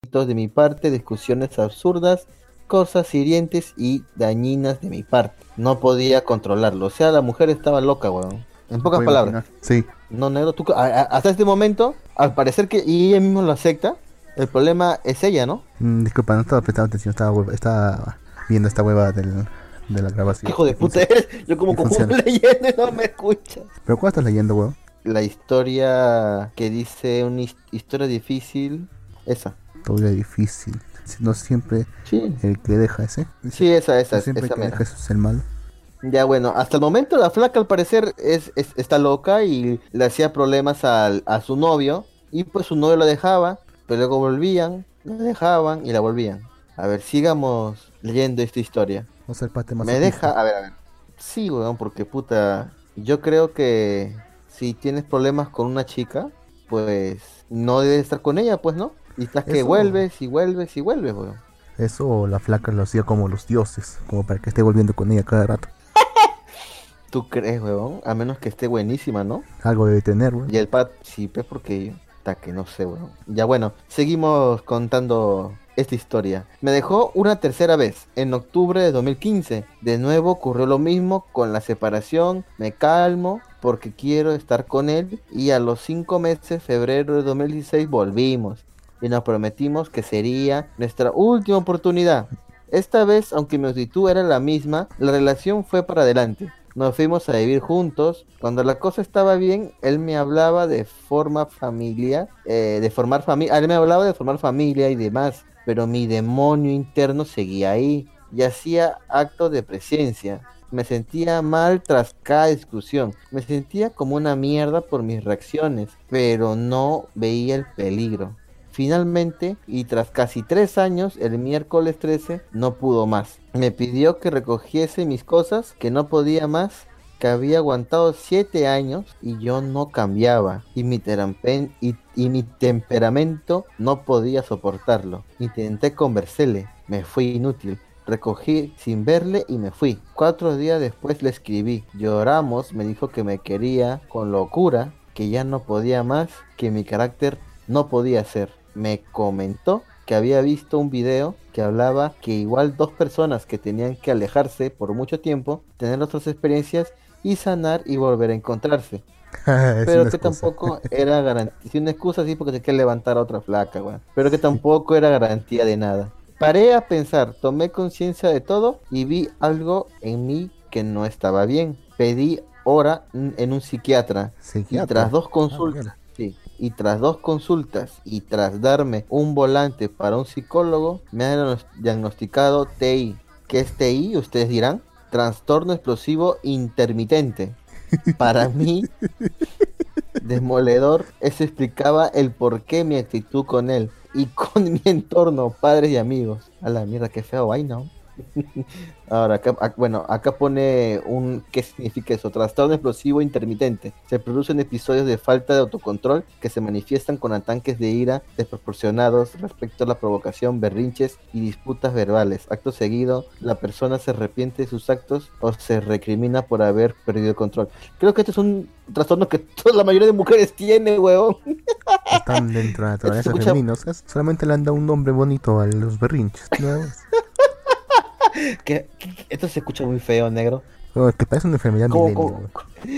de mi parte, discusiones absurdas, cosas hirientes y dañinas de mi parte. No podía controlarlo. O sea, la mujer estaba loca, weón. En Me pocas puedo palabras. imaginar. Sí. No, negro, hasta este momento, al parecer que y ella misma lo acepta, el problema es ella, ¿no? Disculpa, no estaba prestando atención, estaba viendo esta hueva de la ¿Qué grabación. hijo de puta eres? Yo como Y conjugo funciona. leyendo y no me escuchas. ¿Pero cuál estás leyendo, weón? La historia que dice una historia difícil, esa. Todavía difícil. Si no siempre Sí, el que deja ese. Dice, sí, esa, no esa, siempre el esa que deja mera. eso es el malo. Ya bueno, hasta el momento la flaca al parecer está loca y le hacía problemas a su novio y pues su novio la dejaba, pero luego volvían, la dejaban y la volvían. A ver, sigamos leyendo esta historia. No ser parte Me deja, masoquista. a ver. Sí, weón, porque puta, yo creo que si tienes problemas con una chica, pues no debes estar con ella, pues, ¿no? Y estás que Eso, vuelves y vuelves y vuelves, weón. eso la flaca lo hacía como los dioses, como para que esté volviendo con ella cada rato. ¿Tú crees, weón? A menos que esté buenísima, ¿no? Algo debe tener, weón. Y el pad, sí, pues porque está que no sé, weón. Ya bueno, seguimos contando esta historia. Me dejó una tercera vez, en octubre de 2015. De nuevo ocurrió lo mismo con la separación. Me calmo porque quiero estar con él. Y a los 5 meses, febrero de 2016, volvimos. Y nos prometimos que sería nuestra última oportunidad. Esta vez, aunque mi actitud era la misma, la relación fue para adelante. Nos fuimos a vivir juntos. Cuando la cosa estaba bien, él me hablaba de forma familia, de formar familia. Él me hablaba de formar familia y demás, pero mi demonio interno seguía ahí y hacía actos de presencia. Me sentía mal tras cada discusión. Me sentía como una mierda por mis reacciones, pero no veía el peligro. Finalmente, y tras casi 3 años, el miércoles 13 no pudo más. Me pidió que recogiese mis cosas, que no podía más, que había aguantado 7 años y yo no cambiaba. Y mi temperamento no podía soportarlo. Intenté convencerle, me fui inútil. Recogí sin verle y me fui. 4 días después le escribí. Lloramos, me dijo que me quería con locura, que ya no podía más, que mi carácter no podía ser. Me comentó que había visto un video que hablaba que igual dos personas que tenían que alejarse por mucho tiempo, tener otras experiencias y sanar y volver a encontrarse. Es Pero una que excusa. tampoco era garantía, una excusa así porque se quiere levantar a otra flaca, weón. Pero que tampoco era garantía de nada. Paré a pensar, tomé conciencia de todo y vi algo en mí que no estaba bien. Pedí hora en un psiquiatra y tras Psiquiatra. dos Ah, consultas, mierda. sí, y tras dos consultas y tras darme un volante para un psicólogo, me han diagnosticado TI. ¿Qué es TI? Ustedes dirán. Trastorno explosivo intermitente. Para mí, demoledor, eso explicaba el por qué mi actitud con él y con mi entorno, padres y amigos. A la mierda, qué feo, ay no. Ahora, bueno, acá pone ¿qué significa eso? Trastorno explosivo intermitente. Se producen episodios de falta de autocontrol que se manifiestan con ataques de ira desproporcionados respecto a la provocación, berrinches y disputas verbales. Acto seguido, la persona se arrepiente de sus actos o se recrimina por haber perdido el control. Creo que este es un trastorno que toda la mayoría de mujeres tiene, weón. Están dentro de la Esto se naturaleza escucha femenina. O sea, solamente le han dado un nombre bonito a los berrinches. Nada más. esto se escucha muy feo, negro. Oh, que parece una enfermedad ¿Cómo, milenio, cómo? weón.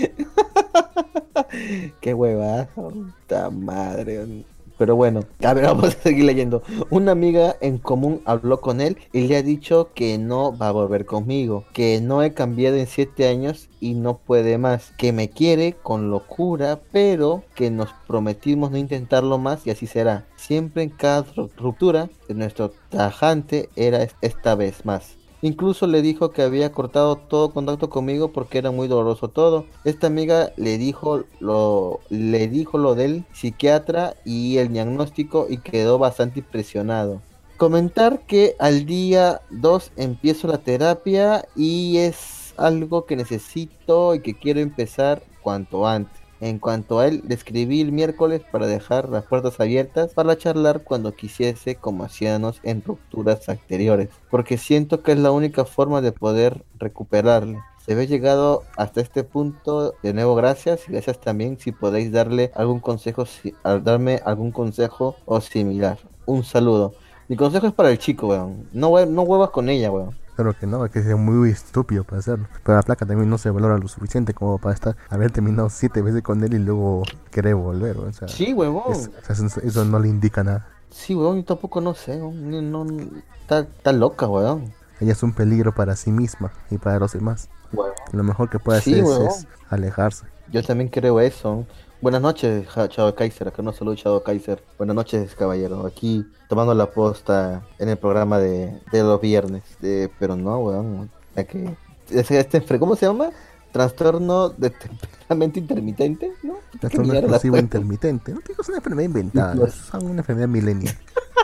Qué huevazo, puta madre. Pero bueno, a ver, vamos a seguir leyendo. Una amiga en común habló con él y le ha dicho que no va a volver conmigo, que no he cambiado en 7 años y no puede más, que me quiere con locura, pero que nos prometimos no intentarlo más y así será. Siempre en cada ruptura, de nuestro tajante era esta vez más. Incluso le dijo que había cortado todo contacto conmigo porque era muy doloroso todo. Esta amiga le dijo lo del psiquiatra y el diagnóstico y quedó bastante impresionado. Comentar que al día 2 empiezo la terapia y es algo que necesito y que quiero empezar cuanto antes. En cuanto a él, le escribí el miércoles para dejar las puertas abiertas para charlar cuando quisiese, como hacíamos en rupturas anteriores, porque siento que es la única forma de poder recuperarle. Se ve llegado hasta este punto, de nuevo gracias y gracias también si podéis darle algún consejo, darme algún consejo o similar. un saludo. Mi consejo es para el chico, weón. No huevas con ella, weón. Claro que no, es que sea muy estúpido para hacerlo. Pero la flaca también no se valora lo suficiente como para haber terminado 7 veces con él y luego querer volver, o sea, Sí, huevón. eso no le indica nada. Sí, weón, yo tampoco no sé, weón. Está loca, weón. Ella es un peligro para sí misma y para los demás. Huevón. Lo mejor que puede Sí, hacer huevón. es alejarse. Yo también creo eso. Buenas noches, Chavo Kaiser. Acá no saludo Chavo Kaiser. Buenas noches, caballero. Aquí tomando la posta en el programa de los viernes. Pero no, weón. Ya que, ¿cómo se llama? Trastorno de temperamento intermitente, ¿no? ¿Qué Trastorno mierda, explosivo weón? intermitente. No digo, es una enfermedad inventada. Es una enfermedad milenial.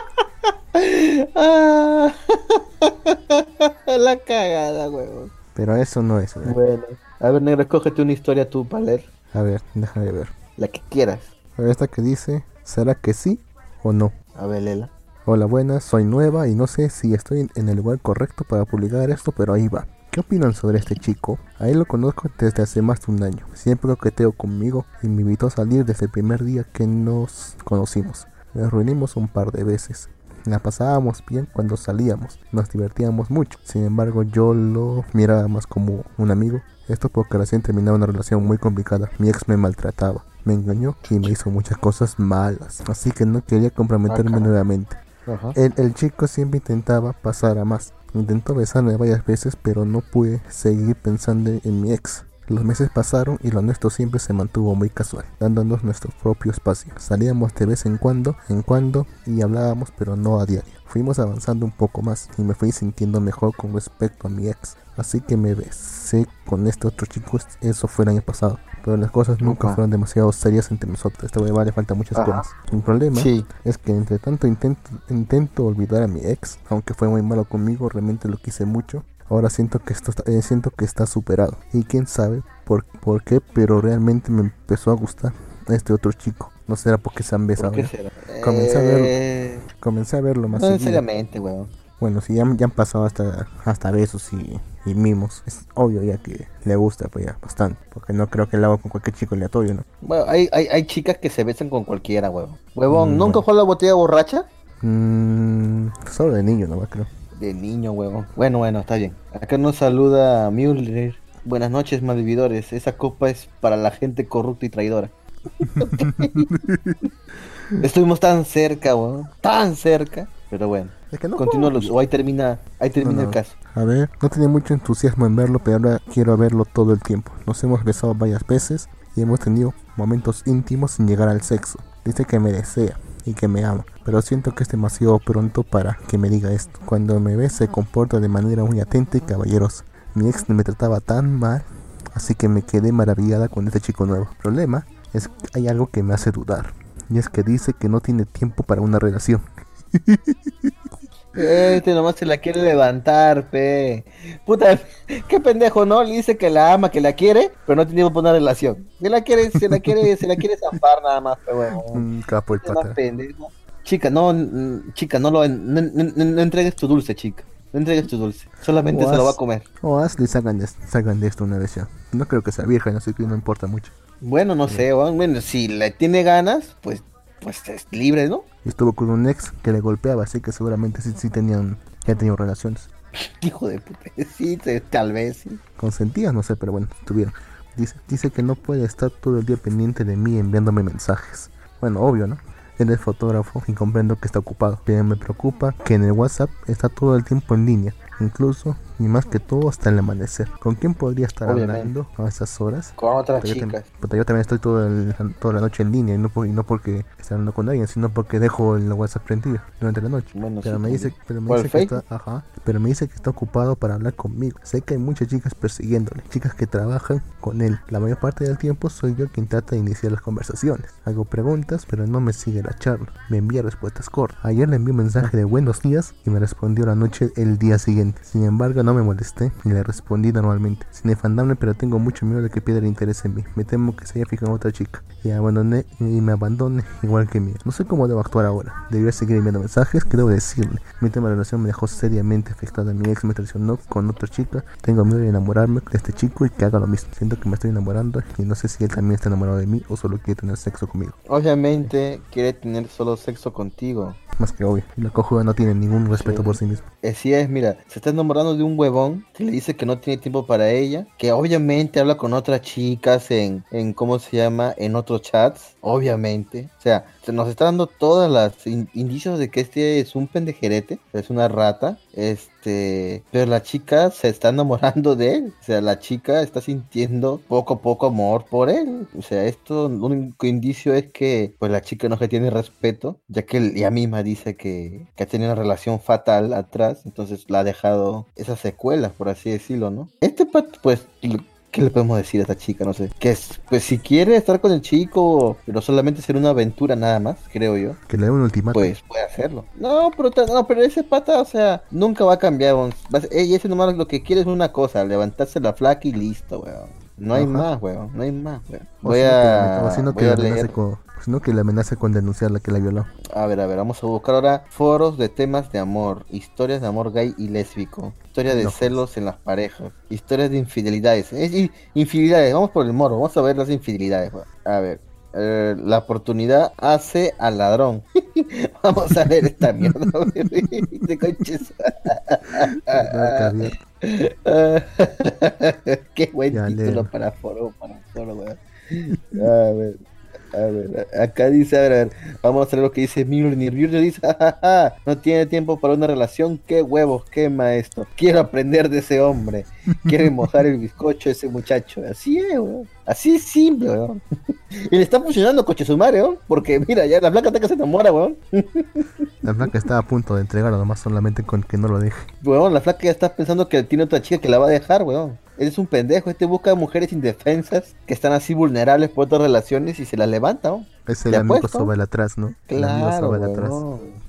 Ah, la cagada, weón. Pero eso no es. Bueno, a ver, negro, escógete una historia tú para leer. A ver, déjame ver. La que quieras. A ver, esta que dice, ¿será que sí o no? A ver, Lela. Hola, buenas, soy nueva y no sé si estoy en el lugar correcto para publicar esto, pero ahí va. ¿Qué opinan sobre este chico? A él lo conozco desde hace más de un año. Siempre coqueteo conmigo y me invitó a salir desde el primer día que nos conocimos. Nos reunimos un par de veces. La pasábamos bien cuando salíamos, nos divertíamos mucho. Sin embargo, yo lo miraba más como un amigo. Esto porque recién terminaba una relación muy complicada. Mi ex me maltrataba, me engañó y me hizo muchas cosas malas. Así que no quería comprometerme nuevamente. Ajá. El chico siempre intentaba pasar a más. Intentó besarme varias veces, pero no pude seguir pensando en mi ex. Los meses pasaron y lo nuestro siempre se mantuvo muy casual, dándonos nuestro propio espacio. Salíamos de vez en cuando y hablábamos, pero no a diario. Fuimos avanzando un poco más y me fui sintiendo mejor con respecto a mi ex. Así que me besé con este otro chico, eso fue el año pasado. Pero las cosas nunca fueron demasiado serias entre nosotros. Esta huevada le falta muchas cosas. El problema es que entre tanto intento olvidar a mi ex, aunque fue muy malo conmigo, realmente lo quise mucho. Ahora siento que está superado. Y quién sabe por qué, pero realmente me empezó a gustar este otro chico. No será porque se han besado. ¿Por qué será? Comencé a verlo más no seguido. necesariamente, weón. Bueno, si ya han pasado hasta besos y mimos. Es obvio ya que le gusta, pues ya, bastante. Porque no creo que lo haga con cualquier chico aleatorio, ¿no? Bueno, hay chicas que se besan con cualquiera, weón. Huevón, ¿nunca Bueno. jugó la botella borracha? Solo de niño nomás creo. De niño, huevón. Bueno, está bien. Acá nos saluda Müller. Buenas noches, malvividores. Esa copa es para la gente corrupta y traidora. Estuvimos tan cerca, weón. Tan cerca. Pero bueno. Es que no continúa puedo. o ahí termina No. el caso. A ver, no tenía mucho entusiasmo en verlo, pero ahora quiero verlo todo el tiempo. Nos hemos besado varias veces y hemos tenido momentos íntimos sin llegar al sexo. Dice que me desea y que me ama, pero siento que es demasiado pronto para que me diga esto. Cuando me ve se comporta de manera muy atenta y caballerosa. Mi ex me trataba tan mal, así que me quedé maravillada con este chico nuevo. El problema es que hay algo que me hace dudar, y es que dice que no tiene tiempo para una relación. Este nomás se la quiere levantar, pe. Puta, qué pendejo, ¿no? Le dice que la ama, que la quiere, pero no tiene tiempo para una relación. Se la quiere zafar nada más, pe, weón. Un capo el Es más pata. pendejo. Chica, no entregues tu dulce, chica. No entregues tu dulce. Solamente se lo va a comer. O hazle y salgan de esto una vez ya. No creo que sea virgen, así que no importa mucho. Bueno, no sé, weón. Bueno, si le tiene ganas, pues es libre, ¿no? Y estuvo con un ex que le golpeaba, así que seguramente sí ya tenían relaciones. Hijo de puta. Sí, tal vez, sí. Consentidas, no sé, pero bueno, tuvieron. Dice que no puede estar todo el día pendiente de mí enviándome mensajes. Bueno, obvio, ¿no? Él es fotógrafo y comprendo que está ocupado, pero me preocupa que en el WhatsApp está todo el tiempo en línea, incluso y más que todo hasta el amanecer. ¿Con quién podría estar hablando a esas horas? Con otras Yo chicas. yo también estoy toda la noche en línea y no porque esté hablando con alguien, sino porque dejo el WhatsApp prendido durante la noche. Bueno, pero sí, me dice que está ocupado para hablar conmigo. Sé que hay muchas chicas persiguiéndole, chicas que trabajan con él. La mayor parte del tiempo soy yo quien trata de iniciar las conversaciones. Hago preguntas, pero no me sigue la charla. Me envía respuestas cortas. Ayer le envié un mensaje de buenos días y me respondió la noche el día siguiente. Sin embargo, no me molesté y le respondí normalmente, sin enfadarme, pero tengo mucho miedo de que pierda el interés en mí. Me temo que se haya fijado en otra chica y abandoné y me abandone igual que mí. No sé cómo debo actuar ahora. Debería seguir enviando mensajes. ¿Qué debo decirle? Mi tema de relación me dejó seriamente afectada. Mi ex me traicionó con otra chica. Tengo miedo de enamorarme de este chico y que haga lo mismo. Siento que me estoy enamorando y no sé si él también está enamorado de mí o solo quiere tener sexo conmigo. Obviamente quiere tener solo sexo contigo. Más que obvio. Y la cojuda no tiene ningún respeto Sí. por sí mismo. Así es, mira, se está enamorando de un huevón que le dice que no tiene tiempo para ella, que obviamente habla con otras chicas en ¿cómo se llama? En otros chats, obviamente. O sea, se nos está dando todas las indicios de que este es un pendejerete, es una rata, pero la chica se está enamorando de él. O sea, la chica está sintiendo poco a poco amor por él. O sea, esto, el único indicio es que pues la chica no se tiene respeto, ya que ella misma dice que ha tenido una relación fatal atrás, entonces la ha dejado esas secuelas, por así decirlo, ¿no? Pues, ¿qué le podemos decir a esta chica? No sé. Pues si quiere estar con el chico, pero solamente ser una aventura nada más, creo yo. Que le dé un ultimátum. Pues puede hacerlo. No, pero ese pata, o sea, nunca va a cambiar, weón. Ella ese nomás lo que quiere es una cosa, levantarse la flaca y listo, weón. No hay más, weón. No hay más, weón. Voy a leer. Sino que le amenace con denunciarla que la violó. A ver, vamos a buscar ahora foros de temas de amor, historias de amor gay y lésbico, historias de celos en las parejas, historias de infidelidades. Infidelidades, vamos por el morro, vamos a ver las infidelidades. A ver, la oportunidad hace al ladrón. Vamos a ver esta mierda, de coches. Qué buen Ya, título para foro, weón. A ver, acá dice, a ver, vamos a ver lo que dice Mjolnir. Mjolnir dice, jajaja, no tiene tiempo para una relación, qué huevos, qué maestro. Quiero aprender de ese hombre. Quiere mojar el bizcocho a ese muchacho. Así es, weón. Así es simple, weón. Y le está funcionando, coche su madre, weón. Porque mira, ya la flaca hasta que se enamora, weón. La flaca está a punto de entregarlo, nomás solamente con que no lo deje. Weón, la flaca ya está pensando que tiene otra chica que la va a dejar, weón. Es un pendejo, busca mujeres indefensas que están así vulnerables por otras relaciones y se las levanta, ¿no? Es el amigo sobre el atrás, ¿no? Claro, el amigo sobre el atrás.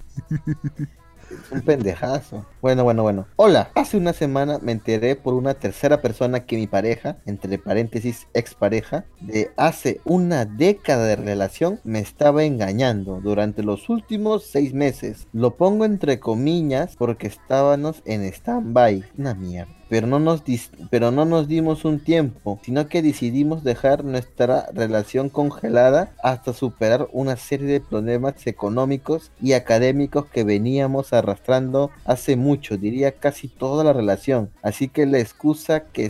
Es un pendejazo. Bueno. Hola, hace una semana me enteré por una tercera persona que mi pareja, entre paréntesis expareja, de hace una década de relación, me estaba engañando durante los últimos 6 meses. Lo pongo entre comillas porque estábamos en stand-by. Una mierda. Pero no nos dimos un tiempo, sino que decidimos dejar nuestra relación congelada hasta superar una serie de problemas económicos y académicos que veníamos arrastrando hace mucho, diría casi toda la relación. Así que con la excusa que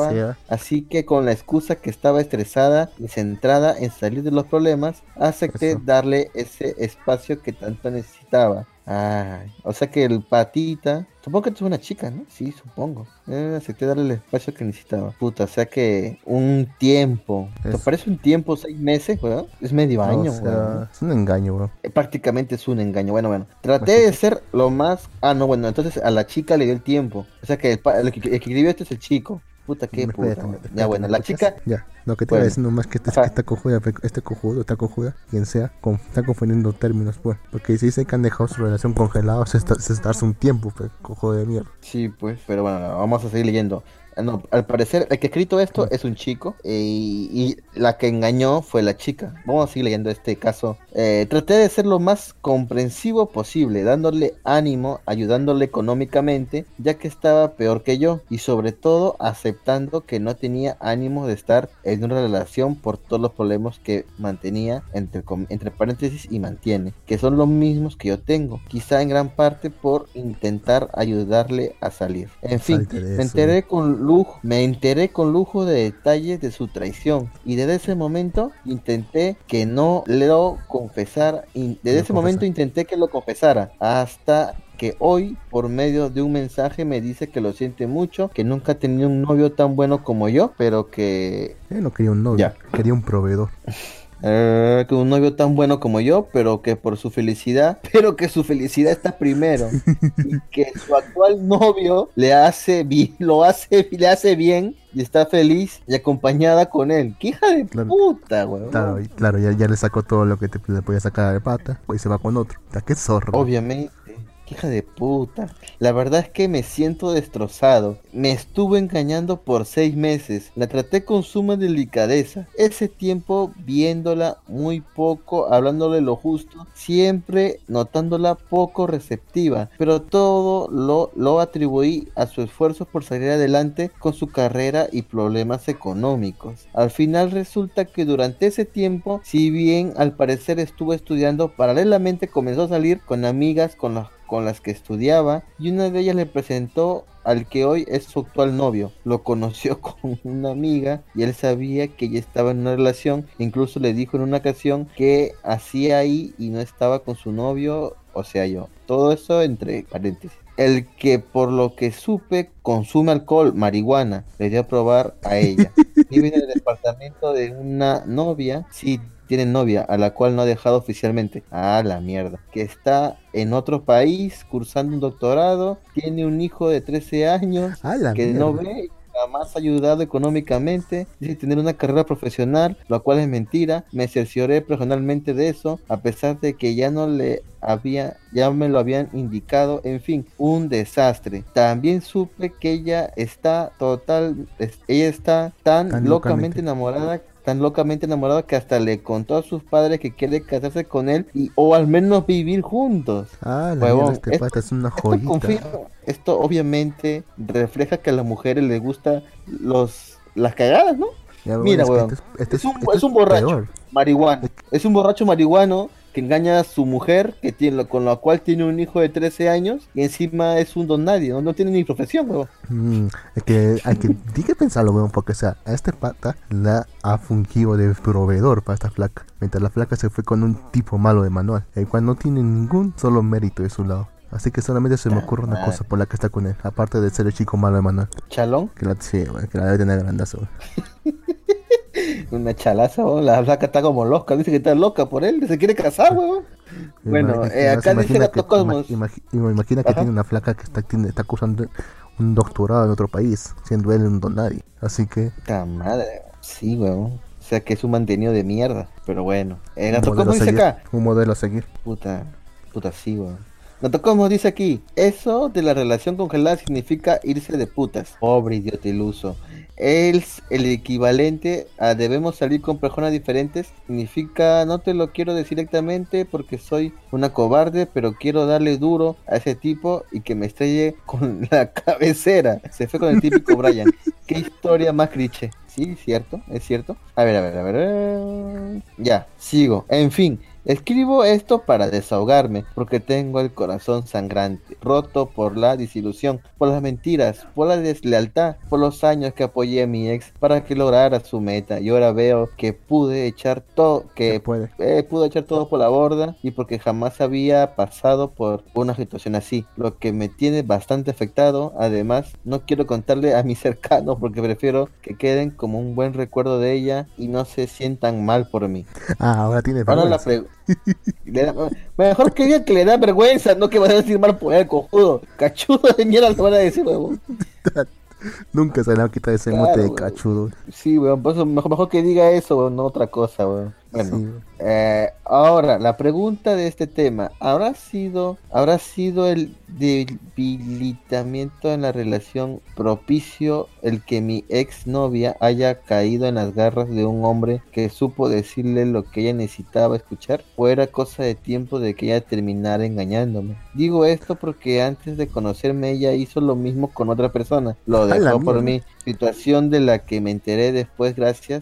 estaba estresada y centrada en salir de los problemas, acepté darle ese espacio que tanto necesitaba. Ay, o sea que el patita, supongo que tú eres una chica, ¿no? Sí, supongo. Acepté darle el espacio que necesitaba. Puta, o sea que un tiempo. ¿Te parece un tiempo, 6 meses, weón? Es medio año, weón. Es un engaño, weón. Prácticamente es un engaño. Bueno. Traté de ser lo más... entonces a la chica le dio el tiempo. O sea que el que escribió esto es el chico. Puta, qué puta. Ya, bueno, la chica... Ya, lo que te iba a decir nomás que esta cojuda, esta cojuda, quien sea, está confundiendo términos, pues. Porque si dice que han dejado su relación congelada, se está hace un tiempo, pues, cojudo de mierda. Sí, pues, pero bueno, vamos a seguir leyendo. No, al parecer, el que ha escrito esto es un chico y la que engañó fue la chica. Vamos a seguir leyendo este caso. Traté de ser lo más comprensivo posible, dándole ánimo, ayudándole económicamente, ya que estaba peor que yo, y sobre todo aceptando que no tenía ánimo de estar en una relación por todos los problemas que mantenía, entre paréntesis, y mantiene, que son los mismos que yo tengo, quizá en gran parte por intentar ayudarle a salir. En fin, me enteré con lujo de detalles de su traición y desde ese momento intenté que no lo confesara, intenté que lo confesara hasta que hoy por medio de un mensaje me dice que lo siente mucho, que nunca ha tenido un novio tan bueno como yo, pero que... no quería un novio, quería un proveedor. Que un novio tan bueno como yo, pero que su felicidad está primero y que su actual novio le hace bien y está feliz y acompañada con él. ¡Qué hija de puta, weón! Claro, ya le sacó todo lo que le podía sacar de pata, pues se va con otro. ¿Qué zorro? Obviamente. Qué hija de puta. La verdad es que me siento destrozado. Me estuvo engañando por 6 meses. La traté con suma delicadeza. Ese tiempo viéndola muy poco, hablándole lo justo, siempre notándola poco receptiva. Pero todo lo atribuí a su esfuerzo por salir adelante con su carrera y problemas económicos. Al final resulta que durante ese tiempo, si bien al parecer estuvo estudiando, paralelamente comenzó a salir con amigas con las que estudiaba, y una de ellas le presentó al que hoy es su actual novio. Lo conoció con una amiga y él sabía que ella estaba en una relación, incluso le dijo en una ocasión que hacía ahí y no estaba con su novio, o sea yo. Todo eso entre paréntesis. El que por lo que supe consume alcohol, marihuana, le dio a probar a ella. Vive en el departamento de una novia, sí, tiene novia, a la cual no ha dejado oficialmente. Ah, la mierda. Que está en otro país cursando un doctorado, tiene un hijo de 13 años, A la que no mierda. ve, jamás ha ayudado económicamente, dice tener una carrera profesional, lo cual es mentira. Me cercioré personalmente de eso, a pesar de que ya me lo habían indicado. En fin, un desastre. También supe que ella está Tan locamente locamente. enamorada, tan locamente enamorada que hasta le contó a sus padres que quiere casarse con él o al menos vivir juntos. Ah, la mierda, Huevón, este pata es una esto joyita. confirma, esto obviamente refleja que a las mujeres les gusta las cagadas, ¿no? Ya, bueno, Mira, es que weón, este es es un borracho peor. marihuano, Es que- es un borracho marihuano que engaña a su mujer, con la cual tiene un hijo de 13 años, y encima es un don nadie, no tiene ni profesión, weón. mm, hay que pensarlo, weón, porque, o sea, a este pata la ha fungido de proveedor para esta flaca. Mientras la flaca se fue con un tipo malo de manual, el cual no tiene ningún solo mérito de su lado. Así que solamente se me Ta ocurre una cosa madre. por la que está con él, aparte de ser el chico malo de manual. Chalón, Sí, weón, que la debe tener grandazo, weón. una chalaza, weón, la flaca está como loca, dice que está loca por él, se quiere casar, weón. Bueno, Ahora se acá dice imagina que, Gato Cosmos. imagina que Ajá. tiene una flaca que está cursando un doctorado en otro país, siendo él un don nadie. Así que Ta madre, sí, weón. O sea que es un mantenido de mierda. Pero bueno. un Gato modelo a Cosmos dice seguir, acá. un modelo a seguir. Puta, puta, sí, weón. Gato Cosmos dice aquí. Eso de la relación congelada significa irse de putas. Pobre idiota iluso. Es el equivalente a debemos salir con personas diferentes. Significa no te lo quiero decir directamente porque soy una cobarde, pero quiero darle duro a ese tipo y que me estrelle con la cabecera. Se fue con el típico Brian. Qué historia más cliché. Sí, cierto, es cierto. A ver. Ya, sigo. En fin, escribo esto para desahogarme, porque tengo el corazón sangrante, roto por la desilusión, por las mentiras, por la deslealtad, por los años que apoyé a mi ex para que lograra su meta. Y ahora veo que Se puede. pude echar todo por la borda, y porque jamás había pasado por una situación así, lo que me tiene bastante afectado. Además, no quiero contarle a mis cercanos porque prefiero que queden como un buen recuerdo de ella y no se sientan mal por mí. Ah, ahora tiene Ahora la vergüenza. pregunta. Mejor que diga que le da vergüenza, no que va a decir mal por él, cojudo. Cachudo de mierda le van a decir, huevón. Nunca se le va a quitar ese mote Claro, de huevón. cachudo. Sí, weón, por eso mejor que diga eso, weón, no otra cosa, weón. Bueno, Sí. ahora, la pregunta de este tema, ¿habrá sido el debilitamiento en la relación propicio el que mi ex novia haya caído en las garras de un hombre que supo decirle lo que ella necesitaba escuchar? ¿O era cosa de tiempo de que ella terminara engañándome? Digo esto porque antes de conocerme ella hizo lo mismo con otra persona, lo A la dejó por mierda. mí, situación de la que me enteré después,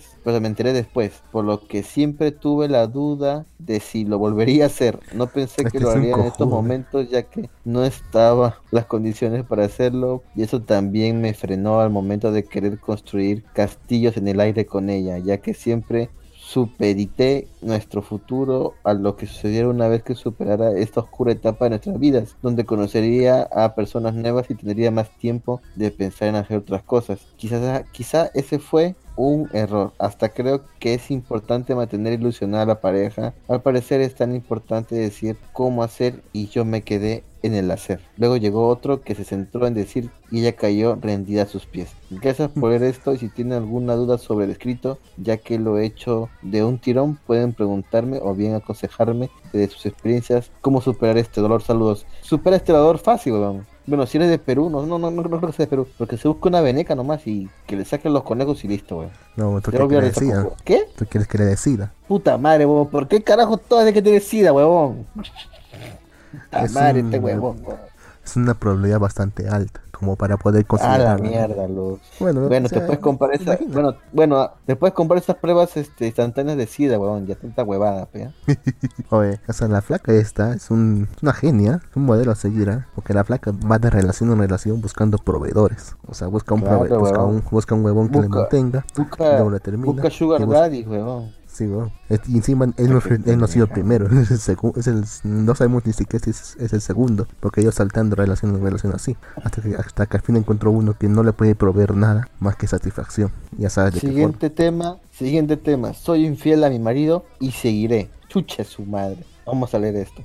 por lo que siempre tuve la duda de si lo volvería a hacer. No pensé que Este lo es un haría en estos cojudo. momentos ya que no estaba las condiciones para hacerlo, y eso también me frenó al momento de querer construir castillos en el aire con ella, ya que siempre supedité nuestro futuro a lo que sucediera una vez que superara esta oscura etapa de nuestras vidas, donde conocería a personas nuevas y tendría más tiempo de pensar en hacer otras cosas. Quizá ese fue un error. Hasta creo que es importante mantener ilusionada a la pareja. Al parecer es tan importante decir cómo hacer y yo me quedé en el hacer. Luego llegó otro que se centró en decir y ella cayó rendida a sus pies. Gracias por ver esto y si tienen alguna duda sobre el escrito, ya que lo he hecho de un tirón, pueden preguntarme o bien aconsejarme de sus experiencias cómo superar este dolor. Saludos. Supera este dolor fácil, weón. Bueno, si eres de Perú, no creo que sea de Perú, porque se busca una veneca nomás y que le saquen los conejos y listo, weón. No, tú Ya quieres que le olvídate esa decida. coco. ¿Qué? Tú quieres que le decida. Puta madre, weón, ¿por qué carajo todo es de que te decida, weón? Puta madre, este huevón, weón. Es una probabilidad bastante alta, como para poder A la considerarla, ¿no? mierda, Luz. Bueno, o Bueno, te sea, puedes comprar esa, imagina. te puedes comprar esas pruebas instantáneas de SIDA, weón, ya tanta huevada, pe. Oye, o sea, la flaca esta es una genia, es un modelo a seguir, ¿eh? Porque la flaca va de relación en relación buscando proveedores. O sea, Claro, weón. busca un huevón que le Busca, mantenga, luego le termina busca y Sugar busca. Daddy, weón. Sí, weón. Y encima él no ha sido el primero, no sabemos ni siquiera si es el segundo, porque ellos saltando relación en relación así, hasta que al fin encontró uno que no le puede proveer nada más que satisfacción. Ya sabes de qué forma. Siguiente tema. Soy infiel a mi marido y seguiré. Chucha su madre. Vamos a leer esto.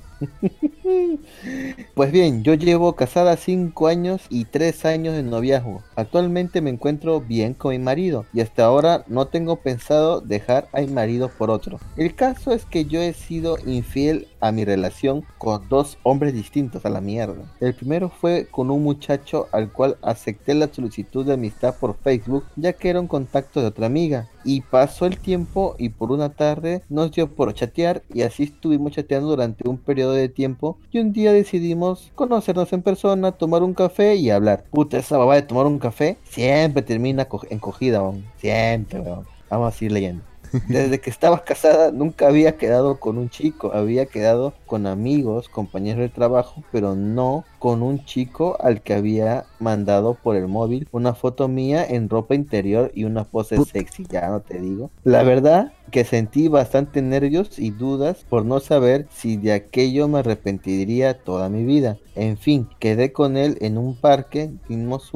Pues bien, yo llevo casada 5 años y 3 años de noviazgo. Actualmente me encuentro bien con mi marido y hasta ahora no tengo pensado dejar a mi marido por otro. El caso es que yo he sido infiel a mi relación con 2 hombres distintos, a la mierda. El primero fue con un muchacho al cual acepté la solicitud de amistad por Facebook, ya que era un contacto de otra amiga. Y pasó el tiempo y por una tarde nos dio por chatear y así estuvimos chateando durante un periodo de tiempo y un día decidimos conocernos en persona, tomar un café y hablar. Puta, esa babá de tomar un café siempre termina encogida, weón. Siempre, weón. Vamos a seguir leyendo. Desde que estabas casada nunca había quedado con un chico, había quedado con amigos, compañeros de trabajo, pero no con un chico al que había mandado por el móvil una foto mía en ropa interior y una pose sexy, ya no te digo. La verdad que sentí bastante nervios y dudas por no saber si de aquello me arrepentiría toda mi vida. En fin, quedé con él en un parque, dimos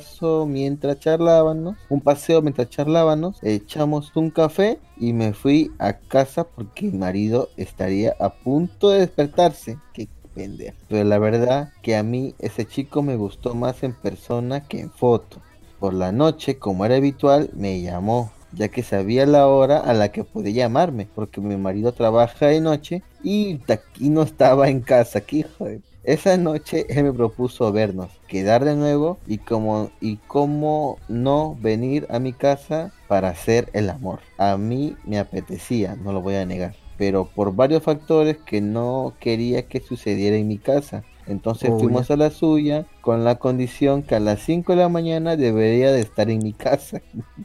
un paseo mientras charlábamos, echamos un café y me fui a casa porque mi marido estaría a punto de despertarse. Qué pendejo. Pero la verdad que a mí ese chico me gustó más en persona que en foto. Por la noche, como era habitual, me llamó, ya que sabía la hora a la que podía llamarme, porque mi marido trabaja de noche y aquí no estaba en casa, que hijo de... Esa noche él me propuso vernos, quedar de nuevo y cómo no venir a mi casa para hacer el amor. A mí me apetecía, no lo voy a negar, pero por varios factores que no quería que sucediera en mi casa. Entonces Oye, fuimos a la suya con la condición que a las 5 de la mañana debería de estar en mi casa.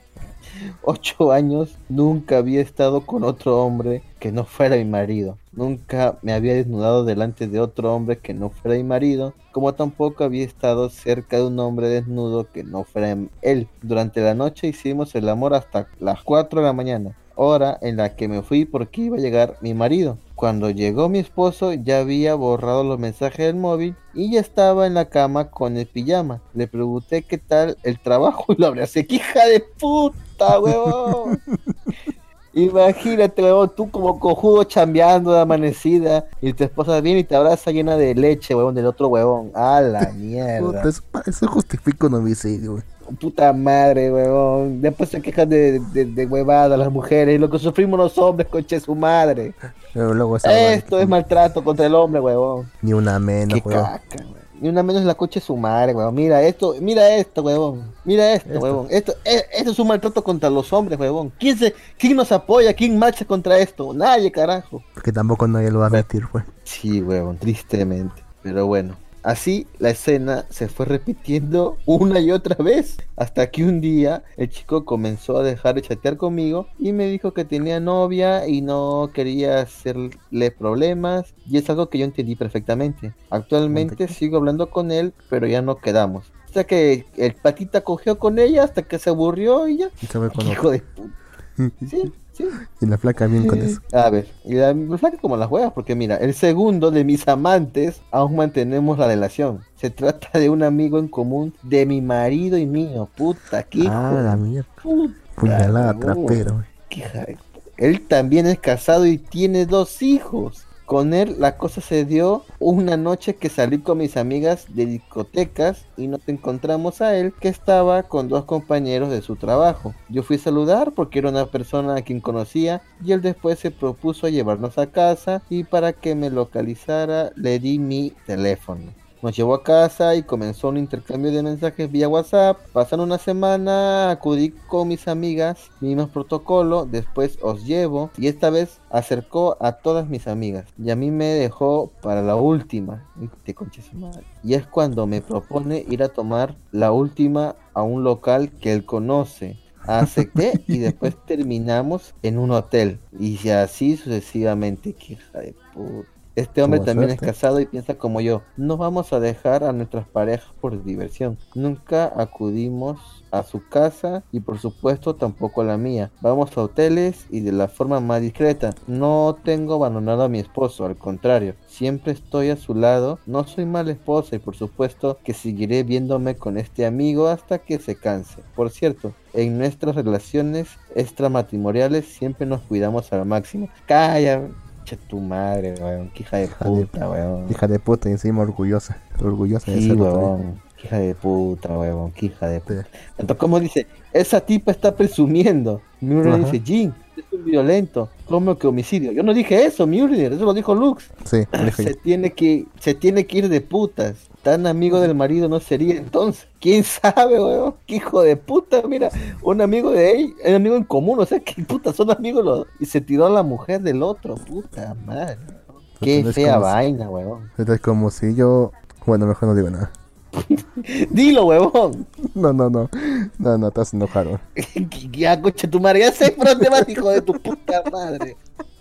8 años nunca había estado con otro hombre que no fuera mi marido. Nunca me había desnudado delante de otro hombre que no fuera mi marido, como tampoco había estado cerca de un hombre desnudo que no fuera él. Durante la noche hicimos el amor hasta las 4 de la mañana, hora en la que me fui porque iba a llegar mi marido. Cuando llegó mi esposo ya había borrado los mensajes del móvil y ya estaba en la cama con el pijama. Le pregunté qué tal el trabajo y lo abracé. ¡Qué hija de puta, huevón! Imagínate, huevón, tú como cojudo chambeando de amanecida y tu esposa viene y te abraza llena de leche, huevón, del otro huevón. ¡A la puta, mierda! eso justifica un homicidio, güey. Puta madre, huevón. Después se quejan de huevadas las mujeres y lo que sufrimos los hombres, conche su madre. Pero luego esa huevada, Esto es maltrato contra el hombre, huevón. ni una menos, Qué huevón. caca, weón. Ni una menos la coche su madre, weón. Mira esto, huevón. Mira esto, Esto. huevón. Esto es un maltrato contra los hombres, huevón. ¿Quién nos apoya? ¿Quién marcha contra esto? Nadie, carajo. Porque tampoco nadie lo va a admitir, güey. Sí, huevón, tristemente. Pero bueno. Así la escena se fue repitiendo una y otra vez, hasta que un día el chico comenzó a dejar de chatear conmigo y me dijo que tenía novia y no quería hacerle problemas, y es algo que yo entendí perfectamente. Actualmente sigo hablando con él, pero ya no quedamos. O sea que el patita cogió con ella hasta que se aburrió y ya. Y se ve con Hijo otro. de puta. Sí, sí. Y la flaca bien con eso. A ver, y la flaca como las huevas, porque mira, el segundo de mis amantes, aún mantenemos la relación. Se trata de un amigo en común de mi marido y mío. Puta, qué hijo La de mierda. puta, Puñalada huevón. trapera, güey. Qué hija de- Él también es casado y tiene 2 hijos. Con él la cosa se dio una noche que salí con mis amigas de discotecas y nos encontramos a él que estaba con dos compañeros de su trabajo. Yo fui a saludar porque era una persona a quien conocía y él después se propuso llevarnos a casa y para que me localizara le di mi teléfono. Nos llevó a casa y comenzó un intercambio de mensajes vía WhatsApp. Pasaron una semana, acudí con mis amigas, mismo protocolo, después os llevo y esta vez acercó a todas mis amigas y a mí me dejó para la última. Y es cuando me propone ir a tomar la última a un local que él conoce. Acepté y después terminamos en un hotel y así sucesivamente. ¡Qué hija de puta! Este hombre Tuvo también es suerte. casado y piensa como yo. No vamos a dejar a nuestras parejas por diversión. Nunca acudimos a su casa y por supuesto tampoco a la mía. Vamos a hoteles y de la forma más discreta. No tengo abandonado a mi esposo, al contrario. Siempre estoy a su lado. No soy mala esposa y por supuesto que seguiré viéndome con este amigo hasta que se canse. Por cierto, en nuestras relaciones extramatrimoniales siempre nos cuidamos al máximo. Calla. Che tu madre, weón, qué hija de puta, weón. Hija de puta y encima orgullosa. Orgullosa de Sí, serlo todavía. weón, qué hija de puta, weón, qué hija de puta. Sí. Tanto como dice, esa tipa está presumiendo. Murder Ajá. dice, Jin, es un violento, como que homicidio. Yo no dije eso, Murder, eso lo dijo Lux. Sí, lo dije yo. Se tiene que ir de putas. Tan amigo del marido no sería entonces. ¿Quién sabe, weón? Qué hijo de puta, mira, un amigo de él, un amigo en común, o sea, que puta, son amigos los... Y se tiró a la mujer del otro, puta madre. Qué Entonces, fea como si, vaina, weón. entonces como si yo... Bueno, mejor no digo nada. Dilo, huevón. No, no, no. No, no, te vas a enojar, weón. Ya, coche tu madre, ya sé por dónde vas, hijo de tu puta madre.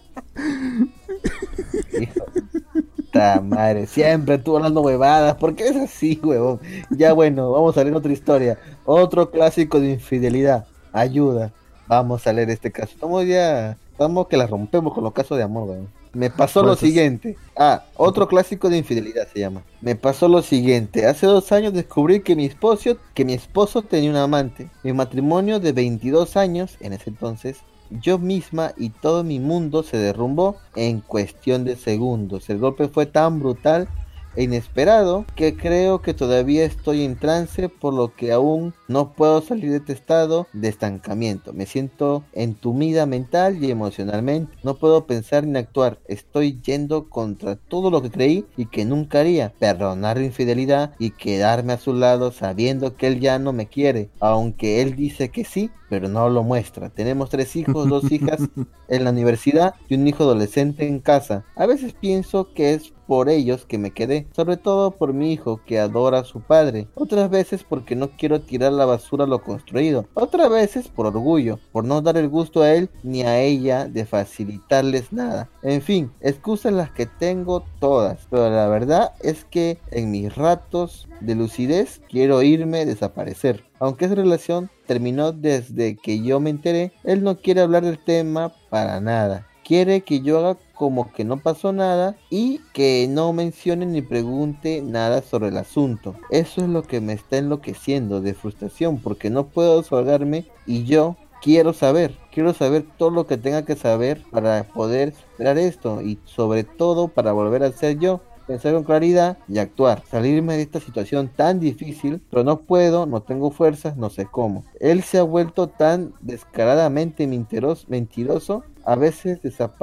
Hijo de puta madre, siempre tú hablando huevadas, ¿por qué es así, huevón? Ya bueno, vamos a leer otra historia, otro clásico de infidelidad, ayuda, vamos a leer este caso, estamos que la rompemos con los casos de amor, huevón. Me pasó Por lo eso es- siguiente. Otro clásico de infidelidad se llama. Me pasó lo siguiente. Hace 2 años descubrí que mi esposo tenía un amante. Mi matrimonio de 22 años, en ese entonces, yo misma y todo mi mundo se derrumbó en cuestión de segundos. El golpe fue tan brutal e inesperado que creo que todavía estoy en trance, por lo que aún no puedo salir de este estado de estancamiento. Me siento entumida mental y emocionalmente. No puedo pensar ni actuar. Estoy yendo contra todo lo que creí y que nunca haría. Perdonar la infidelidad y quedarme a su lado sabiendo que él ya no me quiere, aunque él dice que sí, pero no lo muestra. Tenemos 3 hijos, 2 hijas en la universidad y un hijo adolescente en casa. A veces pienso que es por ellos que me quedé, sobre todo por mi hijo que adora a su padre, otras veces porque no quiero tirar a la basura lo construido, otras veces por orgullo, por no dar el gusto a él ni a ella de facilitarles nada. En fin, excusas las que tengo todas, pero la verdad es que en mis ratos de lucidez quiero irme, desaparecer. Aunque esa relación terminó desde que yo me enteré, él no quiere hablar del tema para nada. Quiere que yo haga como que no pasó nada y que no mencione ni pregunte nada sobre el asunto. Eso es lo que me está enloqueciendo de frustración porque no puedo desahogarme y yo quiero saber todo lo que tenga que saber para poder superar esto y sobre todo para volver a ser yo. Pensar con claridad y actuar, salirme de esta situación tan difícil, pero no puedo, no tengo fuerzas, no sé cómo. Él se ha vuelto tan descaradamente mentiroso, a veces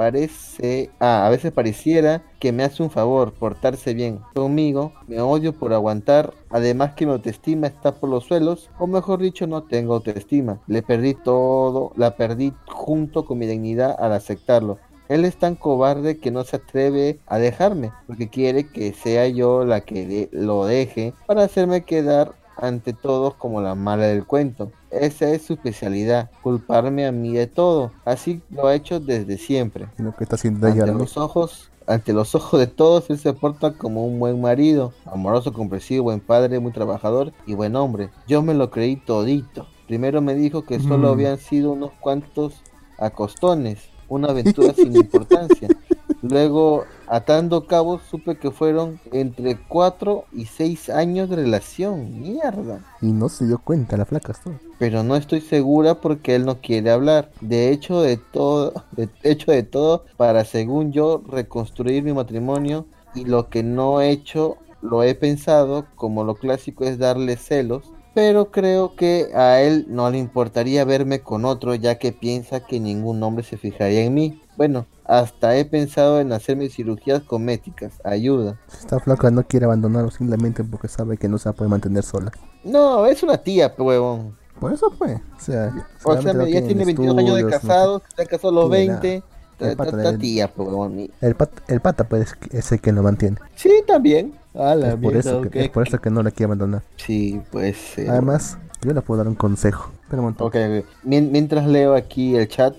a veces pareciera que me hace un favor portarse bien conmigo, me odio por aguantar, además que mi autoestima está por los suelos, o mejor dicho, no tengo autoestima. Le perdí todo, la perdí junto con mi dignidad al aceptarlo. Él es tan cobarde que no se atreve a dejarme, porque quiere que sea yo la que lo deje para hacerme quedar ante todos como la mala del cuento. Esa es su especialidad, culparme a mí de todo. Así lo ha hecho desde siempre. Y lo que está haciendo ella ahora mismo. Ante los ojos de todos, él se porta como un buen marido, amoroso, comprensivo, buen padre, muy trabajador y buen hombre. Yo me lo creí todito. Primero me dijo que solo habían sido unos cuantos acostones, una aventura sin importancia. Luego, atando cabos, supe que fueron entre 4 y 6 años de relación. Mierda. Y no se dio cuenta la flaca, esto. Pero no estoy segura porque él no quiere hablar. De hecho de todo para, según yo, reconstruir mi matrimonio, y lo que no he hecho, lo he pensado, como lo clásico es darle celos, pero creo que a él no le importaría verme con otro, ya que piensa que ningún hombre se fijaría en mí. Bueno, hasta he pensado en hacerme cirugías cosméticas. Ayuda. Esta flaca no quiere abandonarlo simplemente porque sabe que no se puede mantener sola. No, es una tía, pe, huevón. Por eso fue. O sea, O sea, seguramente no ya tiene 22 años de estudios, casado, se casó a los tiene nada. 20. El pata, Está tía, pe, huevón. el pata pues, es el que lo mantiene. Sí, también. A la Es por mierda, eso ok. es por eso que no la quiere abandonar. Sí, puede ser. Además, yo le puedo dar un consejo. Pero un montón. Ok, ok. Mientras leo aquí el chat,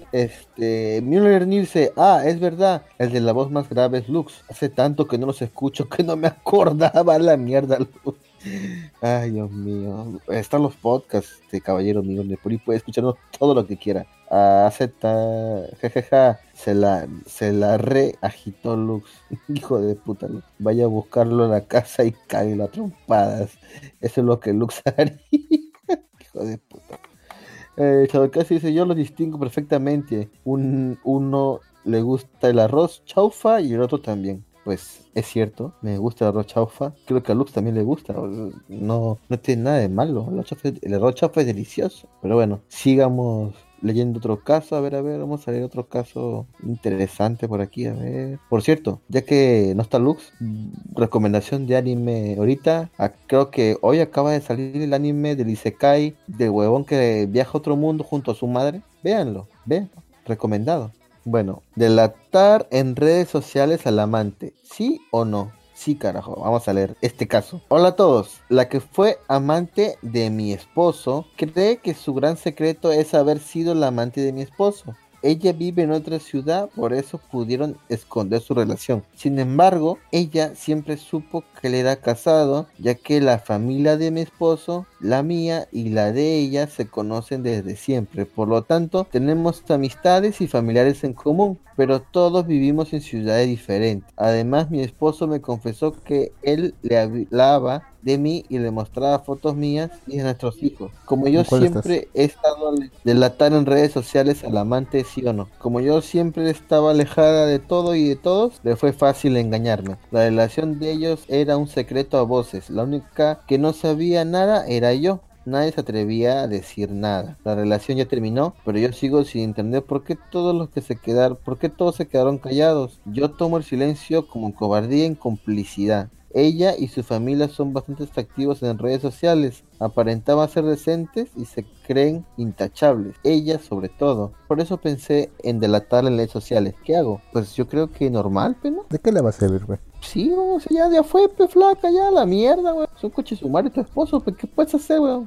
Müller dice, es verdad, el de la voz más grave es Lux. Hace tanto que no los escucho que no me acordaba la mierda, Lux. Ay, Dios mío. Están los podcasts de Caballero Mío, por ahí puede escucharnos todo lo que quiera. Acepta, jajaja, se la agitó Lux. Hijo de puta, Lux. Vaya a buscarlo a la casa y cáguelo a trompadas. Eso es lo que Lux haría. Hijo de puta. Shadowcast dice, yo lo distingo perfectamente. Uno le gusta el arroz chaufa y el otro también. Pues es cierto, me gusta el arroz chaufa. Creo que a Lux también le gusta. No tiene nada de malo. El arroz chaufa es delicioso. Pero bueno, sigamos leyendo otro caso. A ver, vamos a leer otro caso interesante por aquí. A ver. Por cierto, ya que no está Lux, recomendación de anime ahorita. Creo que hoy acaba de salir el anime del Isekai, del huevón que viaja a otro mundo junto a su madre. Véanlo. Recomendado. Bueno, delatar en redes sociales al amante, ¿sí o no? Sí, carajo, vamos a leer este caso. Hola a todos. La que fue amante de mi esposo cree que su gran secreto es haber sido la amante de mi esposo. Ella vive en otra ciudad, por eso pudieron esconder su relación. Sin embargo, ella siempre supo que él era casado, ya que la familia de mi esposo, la mía y la de ella se conocen desde siempre. Por lo tanto, tenemos amistades y familiares en común, pero todos vivimos en ciudades diferentes. Además, mi esposo me confesó que él le hablaba de mí y le mostraba fotos mías y de nuestros hijos. Como yo siempre he estado delatar en redes sociales al amante, sí o no. Como yo siempre estaba alejada de todo y de todos, le fue fácil engañarme. La relación de ellos era un secreto a voces. La única que no sabía nada era yo. Nadie se atrevía a decir nada. La relación ya terminó, pero yo sigo sin entender por qué todos se quedaron callados. Yo tomo el silencio como cobardía y complicidad. Ella y su familia son bastante activos en redes sociales, aparentaban ser decentes y se creen intachables, ella sobre todo. Por eso pensé en delatarla en redes sociales. ¿Qué hago? Pues yo creo que normal, ¿no? ¿De qué le va a servir, güey? Sí, vamos, ya fue, flaca, ya, la mierda, güey. Es un coche sumario tu esposo, pues, ¿qué puedes hacer, güey?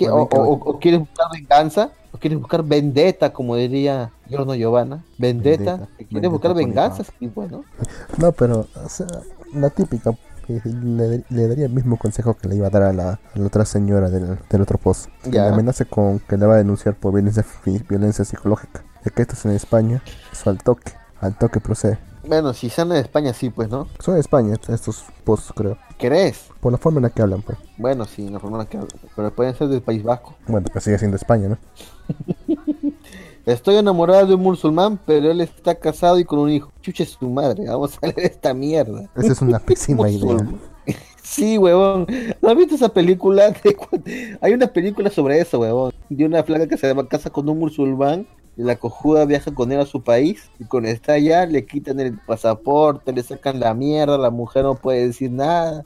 O quieres buscar venganza, o quieres buscar vendetta, como diría Giorno Giovanna. Vendetta. ¿Quieres buscar venganza? Sí, bueno. No, pero, o sea, la típica. Le daría el mismo consejo que le iba a dar a la otra señora del otro post. Que le amenace con que le va a denunciar por violencia psicológica. Ya que esto es en España, eso al toque procede. Bueno, si son en España, sí, pues, ¿no? Son de España estos posts, creo. ¿Crees? Por la forma en la que hablan, pues. Bueno, sí, la forma en la que hablan. Pero pueden ser del País Vasco. Bueno, pues sigue siendo España, ¿no? Estoy enamorada de un musulmán, pero él está casado y con un hijo. Chuche su madre, vamos a leer esta mierda. Esa es una pésima idea. Sí, huevón. ¿No has visto esa película? Hay una película sobre eso, huevón. De una flaca que se casa con un musulmán. Y la cojuda viaja con él a su país. Y cuando está allá, le quitan el pasaporte, le sacan la mierda. La mujer no puede decir nada.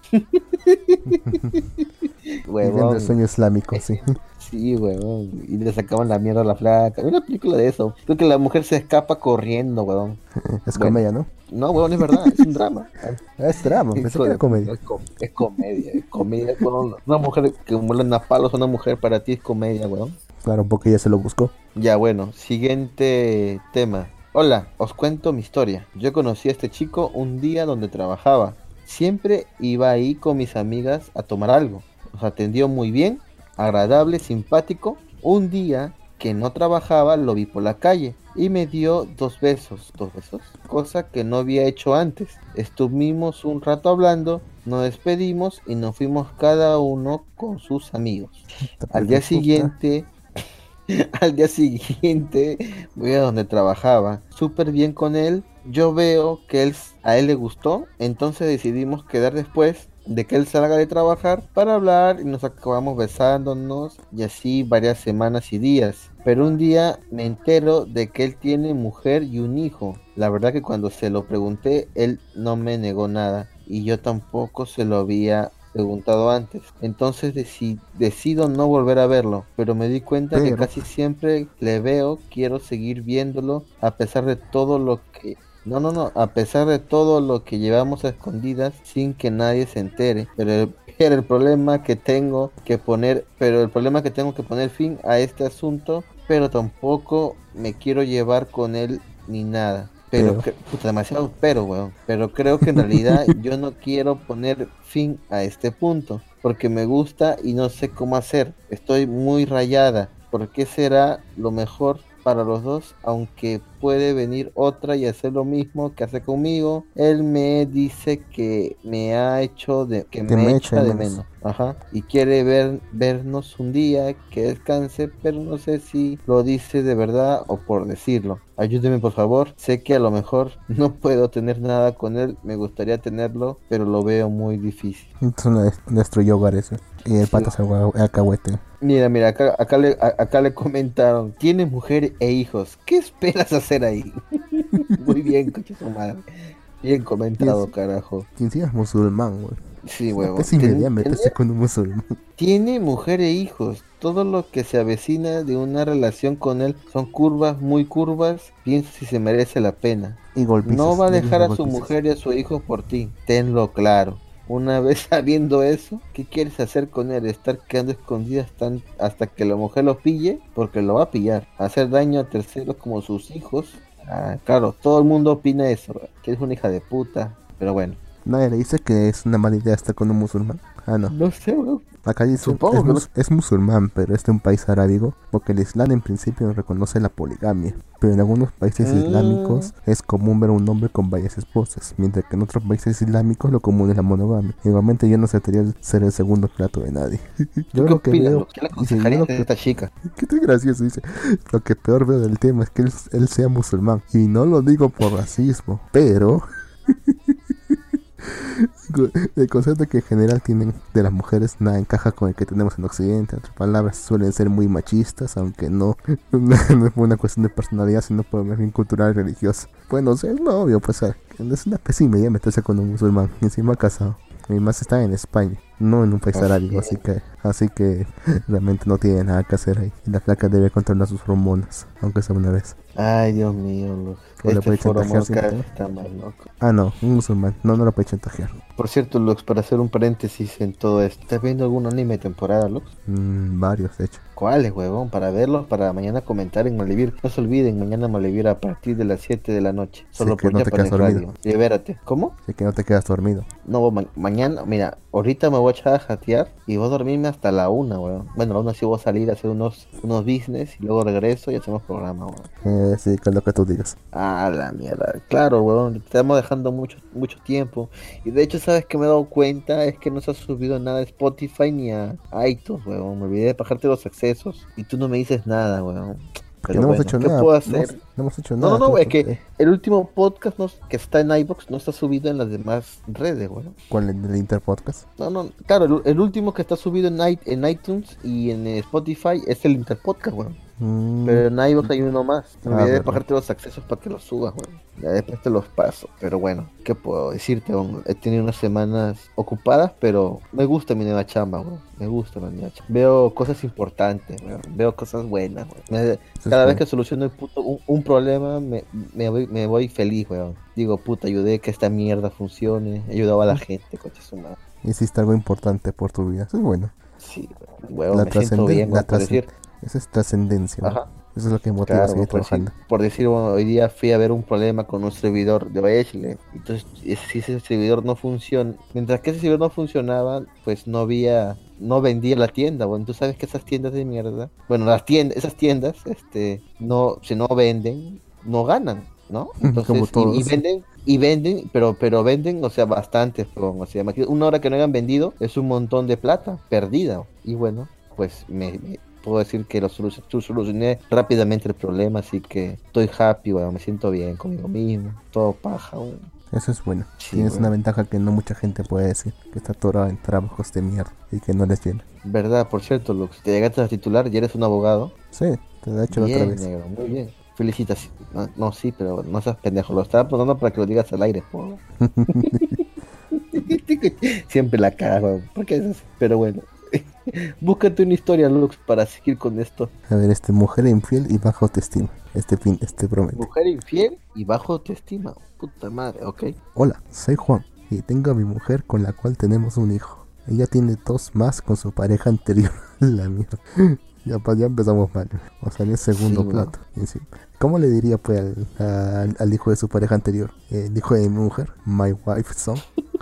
Viviendo el sueño islámico, sí. Sí, huevón. Y le sacaban la mierda a la flaca. Hay una película de eso. Creo que la mujer se escapa corriendo, huevón. Es comedia, ¿no? No, huevón, es verdad. Es un drama. Es drama, pensé que era comedia. Es comedia. Es comedia. Una mujer que muelen a palos a una mujer para ti es comedia, huevón. Claro, porque ella se lo buscó. Ya, bueno. Siguiente tema. Hola, os cuento mi historia. Yo conocí a este chico un día donde trabajaba. Siempre iba ahí con mis amigas a tomar algo. Nos atendió muy bien, agradable, simpático. Un día que no trabajaba lo vi por la calle y me dio dos besos, cosa que no había hecho antes. Estuvimos un rato hablando, nos despedimos y nos fuimos cada uno con sus amigos. Al Pero día puta. siguiente, al día siguiente voy a donde trabajaba, súper bien con él. Yo veo que a él le gustó, entonces decidimos quedar después de que él salga de trabajar para hablar y nos acabamos besándonos y así varias semanas y días. Pero un día me entero de que él tiene mujer y un hijo. La verdad que cuando se lo pregunté, él no me negó nada y yo tampoco se lo había preguntado antes. Entonces decido no volver a verlo, pero me di cuenta que Pero, casi siempre le veo, quiero seguir viéndolo a pesar de todo lo que... No, no, no, a pesar de todo lo que llevamos a escondidas sin que nadie se entere, pero el problema que tengo que poner, pero el problema que tengo que poner fin a este asunto, pero tampoco me quiero llevar con él ni nada. pero. Puta, demasiado pero, weón. Pero creo que en realidad yo no quiero poner fin a este punto, porque me gusta y no sé cómo hacer. Estoy muy rayada. ¿Por qué será lo mejor para los dos? Aunque puede venir otra y hacer lo mismo que hace conmigo. Él me dice que que Que me me eche echa de menos. menos. Ajá. Y quiere vernos un día, que descanse, pero no sé si lo dice de verdad o por decirlo. Ayúdeme por favor. Sé que a lo mejor no puedo tener nada con él. Me gustaría tenerlo, pero lo veo muy difícil. Es una destruyó hogares. Y el Sí. pata se fue a cahuete. Mira, acá le comentaron, tiene mujer e hijos, ¿qué esperas hacer ahí? Muy bien, coche su madre. Bien Y comentado, carajo. que encima es musulmán, güey. Sí, Es una huevo. pésima idea meterse con un musulmán. Tiene mujer e hijos. Todo lo que se avecina de una relación con él son curvas, muy curvas. Piensa si se merece la pena. Y No golpizas, va a le dejar dije a su golpizas. mujer y a su hijo por ti. Tenlo claro. Una vez sabiendo eso, ¿qué quieres hacer con él? Estar quedando escondidas hasta que la mujer lo pille, porque lo va a pillar. Hacer daño a terceros como sus hijos. Ah, claro, todo el mundo opina eso, ¿verdad? Que es una hija de puta. Pero bueno, Nadie le dice que es una mala idea estar con un musulmán. Ah, no. no sé, weón. Acá dicen Supongo que no. es musulmán, pero es de un país arábigo, porque el Islam en principio no reconoce la poligamia. Pero en algunos países Mm, islámicos es común ver a un hombre con varias esposas, mientras que en otros países islámicos lo común es la monogamia. Igualmente yo no aceptaría ser el segundo plato de nadie. ¿Tú Yo qué lo que opinas, veo, Luz? ¿Qué le dice, yo aconsejarías lo a que... esta chica? Qué tan gracioso, dice. Lo que peor veo del tema es que él sea musulmán. Y no lo digo por racismo, pero... El concepto que en general tienen de las mujeres nada encaja con el que tenemos en Occidente. En otras palabras, suelen ser muy machistas, aunque no es por una cuestión de personalidad, sino por más bien cultural y religiosa. Bueno, es lo obvio, pues es una pésima idea meterse con un musulmán, y encima casado. Y más está en España, no en un país Así arábigo, es. así que realmente no tiene nada que hacer ahí. Y la flaca debe controlar sus hormonas, aunque sea una vez. Ay, Dios mío, Luz. O le Este puede foro chantajear amor sin cada vez tema. está más loco. Ah, no, un musulmán, no lo puede chantajear. Por cierto, Lux, para hacer un paréntesis en todo esto, ¿estás viendo algún anime de temporada, Lux? Varios, de hecho. ¿Cuáles, huevón? Para verlos, para mañana comentar en Malevir. No se olviden, mañana Malevir a partir de las 7 de la noche. Sé Solo que por no te quedas Japanes dormido. Radio. Libérate. ¿Cómo? Sé que no te quedas dormido. No, mañana, mira, ahorita me voy a echar a jatear y voy a dormirme hasta la 1, weón. Bueno, a la 1 sí voy a salir a hacer unos business y luego regreso y hacemos programa, weón. Sí, que es lo que tú digas. Ah, la mierda. Claro, weón, te estamos dejando mucho tiempo. Y de hecho, ¿sabes que me he dado cuenta? Es que no se ha subido nada a Spotify ni a iTunes, weón. Me olvidé de bajarte los accesos y tú no me dices nada, weón. Porque Pero no hemos bueno, hecho ¿qué nada. puedo No, hacer? no hemos hecho No, no, nada. no, es que el último podcast que está en iVoox no está subido en las demás redes, weón. ¿Cuál es el Interpodcast? No, no, claro, el último que está subido en iTunes y en Spotify es el Interpodcast, weón. Pero en iVoox hay uno más. Me olvidé de verdad. pagarte los accesos para que los subas, weón. Ya después te los paso. Pero bueno, ¿qué puedo decirte, weón? He tenido unas semanas ocupadas, pero me gusta mi nueva chamba, weón. Me gusta mi nueva chamba. Veo cosas importantes, weón. Veo cosas buenas, weón. Eso es Cada vez bueno. que soluciono un problema, me voy feliz, weón. Digo, puta, ayudé a que esta mierda funcione. He ayudado a la gente, coche su madre. Hiciste algo importante por tu vida. Eso es bueno. Sí, weón, La me siento bien, weón, por decir. Esa es trascendencia, ¿no? Ajá. Eso es lo que motiva a Claro, seguir por decir, trabajando. bueno, hoy día fui a ver un problema con un servidor de OHL. Entonces, si ese servidor no funciona, mientras que ese servidor no funcionaba, pues no vendía la tienda. Bueno, tú sabes que esas tiendas de mierda, bueno, esas tiendas, no, si no venden, no ganan, ¿no? Como Entonces, todos. y venden, pero venden, o sea, bastantes, o sea, imagínate, una hora que no hayan vendido es un montón de plata perdida. Y bueno, pues puedo decir que solucioné rápidamente el problema, así que estoy happy, weón, me siento bien conmigo mismo, todo paja, weón. Eso es bueno. Sí, Tienes una weón. ventaja que no mucha gente puede decir, que está atorado en trabajos de mierda y que no les llena. Verdad, por cierto, Lux, te llegaste a titular, ya eres un abogado. Sí, te lo he hecho la otra Bien, vez. negro, muy bien. Felicitaciones. No, no, sí, pero no seas pendejo. Lo estaba poniendo para que lo digas al aire, po. Siempre la cago. ¿Por qué es así? Pero bueno. Búscate una historia, Lux, para seguir con esto. A ver, mujer infiel y baja autoestima. Este promete. Mujer infiel y bajo autoestima. Puta madre, ok. Hola, soy Juan y tengo a mi mujer con la cual tenemos un hijo. Ella tiene 2 más con su pareja anterior. La mierda. Ya empezamos mal. O sea, en el segundo Sí, plato. Y sí. ¿Cómo le diría pues al hijo de su pareja anterior? El hijo de mi mujer, my wife's son.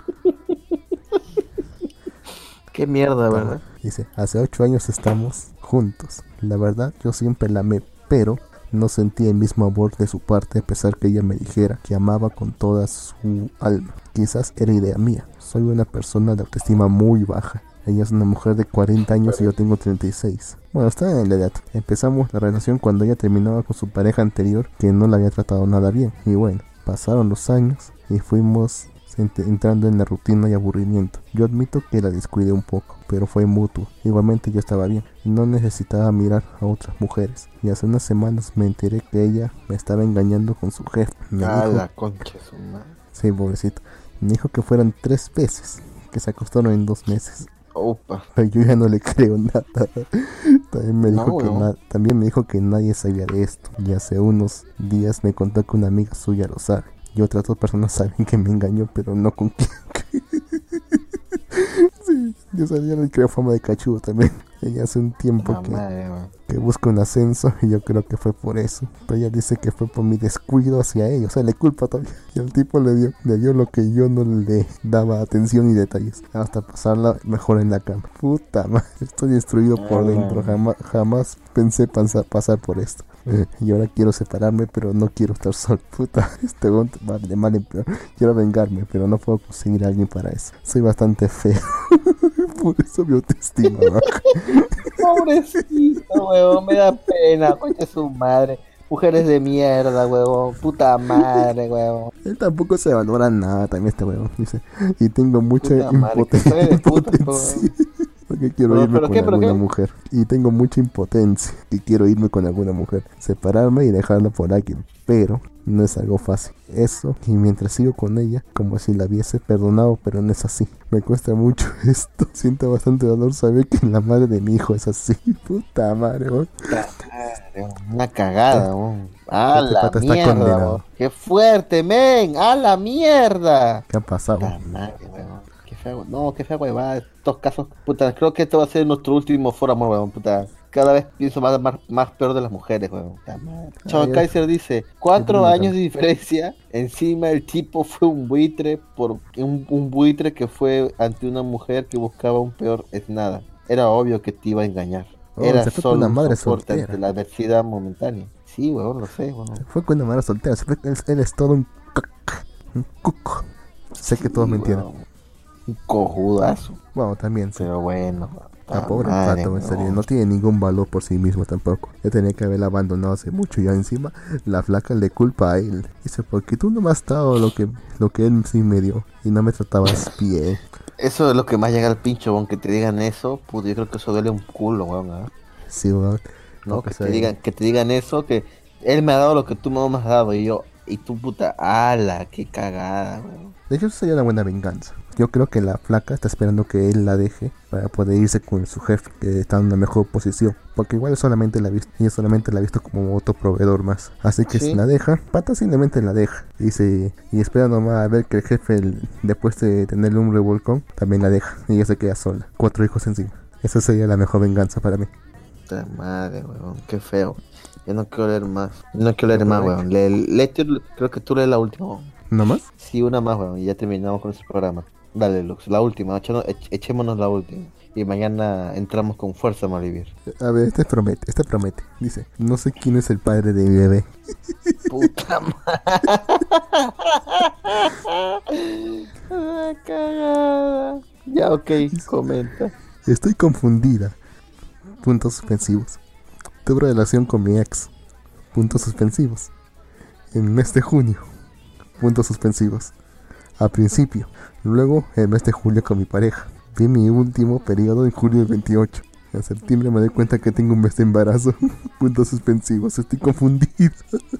qué mierda, Toma. ¿verdad? Dice, hace 8 años estamos juntos. La verdad, yo siempre la amé, pero no sentí el mismo amor de su parte a pesar que ella me dijera que amaba con toda su alma. Quizás era idea mía. Soy una persona de autoestima muy baja. Ella es una mujer de 40 años y yo tengo 36. Bueno, está en la edad. Empezamos la relación cuando ella terminaba con su pareja anterior que no la había tratado nada bien. Y bueno, pasaron los años y fuimos entrando en la rutina y aburrimiento. Yo admito que la descuidé un poco, pero fue mutuo. Igualmente yo estaba bien y no necesitaba mirar a otras mujeres. Y hace unas semanas me enteré que ella me estaba engañando con su jefe. Me dijo, La concha de su madre. sí, pobrecito. Me dijo que fueran 3 veces, que se acostaron en 2 meses. Opa. Pero yo ya no le creo nada. También me No, dijo weón. también me dijo que nadie sabía de esto. Y hace unos días me contó que una amiga suya lo sabe. Y otras 2 personas saben que me engañó, pero no con quién. Sí, yo sabía que creo fama de cachudo también. Ella hace un tiempo La madre, weón. que busca un ascenso y yo creo que fue por eso. Pero ella dice que fue por mi descuido hacia ella, o sea, le culpa todavía. Y el tipo le dio lo que yo no le daba atención y detalles, hasta pasarla mejor en la cama. Puta madre, estoy destruido por dentro, jamás pensé pasar por esto. Y ahora quiero separarme, pero no quiero estar solo. Puta, weón va de mal en peor. Quiero vengarme, pero no puedo conseguir a alguien para eso. Soy bastante feo. Por eso mi autoestima baja. Pobrecito, huevón, me da pena, coño su madre. Mujeres de mierda, huevón, puta madre, huevón. Él tampoco se valora nada, también este huevón. Dice, y tengo mucha Puta madre, que soy de puta, impotencia. Porque quiero Pero- irme pero con qué, pero alguna qué. mujer. Y tengo mucha impotencia. Y quiero irme con alguna mujer. Separarme y dejarla por alguien. Pero no es algo fácil. Eso, y mientras sigo con ella, como si la hubiese perdonado, pero no es así. Me cuesta mucho esto. Siento bastante dolor saber que la madre de mi hijo es así. Puta madre, huevón. Puta madre, huevón, una cagada, huevón. A Este la pata está mierda, condenado. huevón. Qué fuerte, men, a la mierda. ¿Qué ha pasado? Puta madre, huevón. Qué feo, no, qué fea huevada. Estos casos, puta, creo que esto va a ser nuestro último foro, amor, huevón, puta. Cada vez pienso más peor de las mujeres, weón. Chavo ya. Kaiser dice, 4 Brutal. años de diferencia. Encima el tipo fue un buitre un buitre que fue ante una mujer que buscaba un peor es nada. Era obvio que te iba a engañar. Oh, Era se fue con solo una un madre soporte soltera. ante la adversidad momentánea. Sí, weón, lo sé, weón. Fue con una madre soltera. Él es todo un cuco. Sé que todos me entienden. Weón. Un cojudazo. Bueno, también sí. Pero bueno. Pobre pato, en serio, no tiene ningún valor por sí mismo tampoco. Ya tenía que haberla abandonado hace mucho. Y encima la flaca le culpa a él. Dice, porque tú no me has dado lo que él sí me dio. Y no me tratabas bien. Eso es lo que más llega al pincho, weón, que te digan eso, pues yo creo que eso duele un culo, weón, ¿eh? Sí, weón. No, que te digan eso, que él me ha dado lo que tú no me has dado, y tú puta, ala, qué cagada, weón. De hecho, eso sería una buena venganza. Yo creo que la flaca está esperando que él la deje para poder irse con su jefe, que está en una mejor posición. Porque igual ella solamente la ha visto como otro proveedor más. Así que ¿Sí? si la deja, pata simplemente la deja. Y espera nomás a ver que el jefe, después de tenerle un revolcón, también la deja. Y ella se queda sola. 4 hijos encima. Esa sería la mejor venganza para mí. Puta madre, weón, qué feo. Yo no quiero leer más. No quiero leer más, weón. Creo que tú lees la última, weón. ¿No más? Sí, una más, weón, y ya terminamos con este programa. Dale, Lux, la última, echémonos la última. Y mañana entramos con fuerza a Malvivir. A ver, este promete. Dice, no sé quién es el padre de mi bebé. Puta madre. Ah, cagada. Ya, ok, comenta. Estoy confundida. Puntos suspensivos. Tuve relación con mi ex. Puntos suspensivos. En el mes de junio. Puntos suspensivos. A principio. Luego, el mes de julio con mi pareja. Vi mi último periodo en julio del 28. En septiembre me doy cuenta que tengo un mes de embarazo. Puntos suspensivos. Estoy confundido.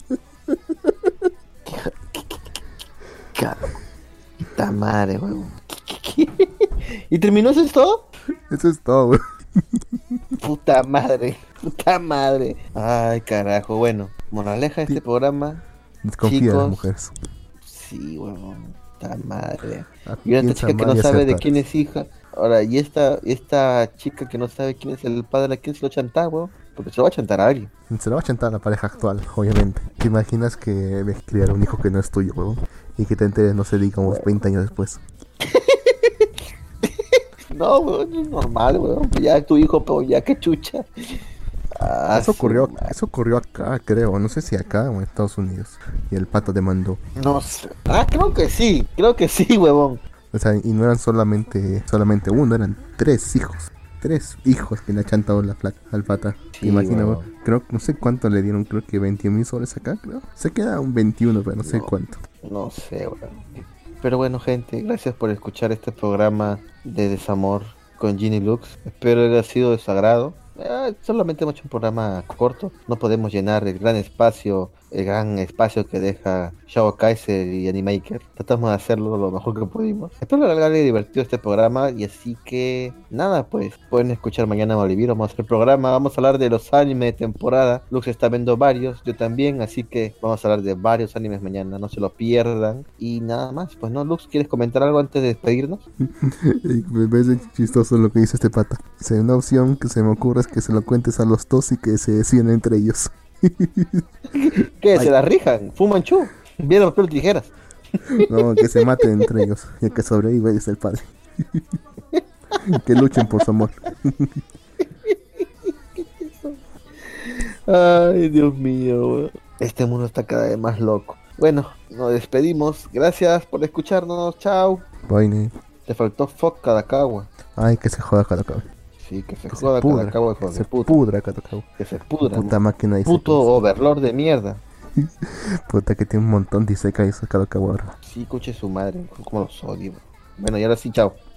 Puta madre, weón. ¿Y terminó eso todo? Eso es todo, weón. Puta madre, puta madre. Ay, carajo. Bueno, moraleja de este programa. Desconfía de las Chicos, mujeres. sí, weón. Puta madre. Ah, Y esta piensa chica que mal no y sabe de acertar. quién es hija. Ahora, y esta chica que no sabe quién es el padre, ¿a quién se lo chanta, weón? Porque se lo va a chantar a alguien. Se lo va a chantar a la pareja actual, obviamente. ¿Te imaginas que ves criar un hijo que no es tuyo, weón? Y que te enteres, no sé, digamos, 20 años después. No, weón, es normal, weón. Pues ya tu hijo, pero ya que chucha. Ah, Eso ocurrió, su madre. eso ocurrió acá, creo. No sé si acá o en Estados Unidos. Y el pato demandó. No sé. Ah, creo que sí, huevón. O sea, y no eran solamente uno, eran 3 hijos. 3 hijos que le ha chantado la plata al pata. Sí, ¿Te imaginas, weón. weón? Creo, no sé cuánto le dieron, creo que 21,000 soles acá, creo. Se queda un 21, pero no sé No. cuánto. No sé, weón. Pero bueno, gente, gracias por escuchar este programa de desamor con Ginny Lux. Espero haya sido de su agrado. Solamente hemos hecho un programa corto. No podemos llenar el gran espacio que deja Shadow Kaiser y Animaker. Tratamos de hacerlo lo mejor que pudimos. Espero que les haya divertido este programa. Y así que, nada, pues pueden escuchar mañana Malivir. Vamos a hacer el programa. Vamos a hablar de los animes de temporada. Lux está viendo varios, yo también. Así que vamos a hablar de varios animes mañana. No se lo pierdan. Y nada más, pues no, Lux, ¿quieres comentar algo antes de despedirnos? Y me parece chistoso lo que dice este pata. Dice, una opción que se me ocurre es que se lo cuentes a los dos y que se decían entre ellos. ¿Qué? Ay. ¿Se la rijan? ¿Fuman chu? ¿Vieron papel o tijeras? No, que se maten entre ellos. Y el que sobrevive es el padre. Que luchen por su amor. Ay, Dios mío, weón. Este mundo está cada vez más loco. Bueno, nos despedimos. Gracias por escucharnos. Chao. Vaina. Te faltó Fuck Kadakawa. Ay, que se joda Kadakawa. Sí, que se Que se joda pudra. Kadakawa, Que hijo se de puta. pudra Kadakawa. Que se pudra. Puta ¿no? máquina de Puto isekais. overlord de mierda. Puta que tiene un montón de isekais Kadakawa ahora. Sí, coche su madre. Como los odio. Bueno, y ahora sí, chao.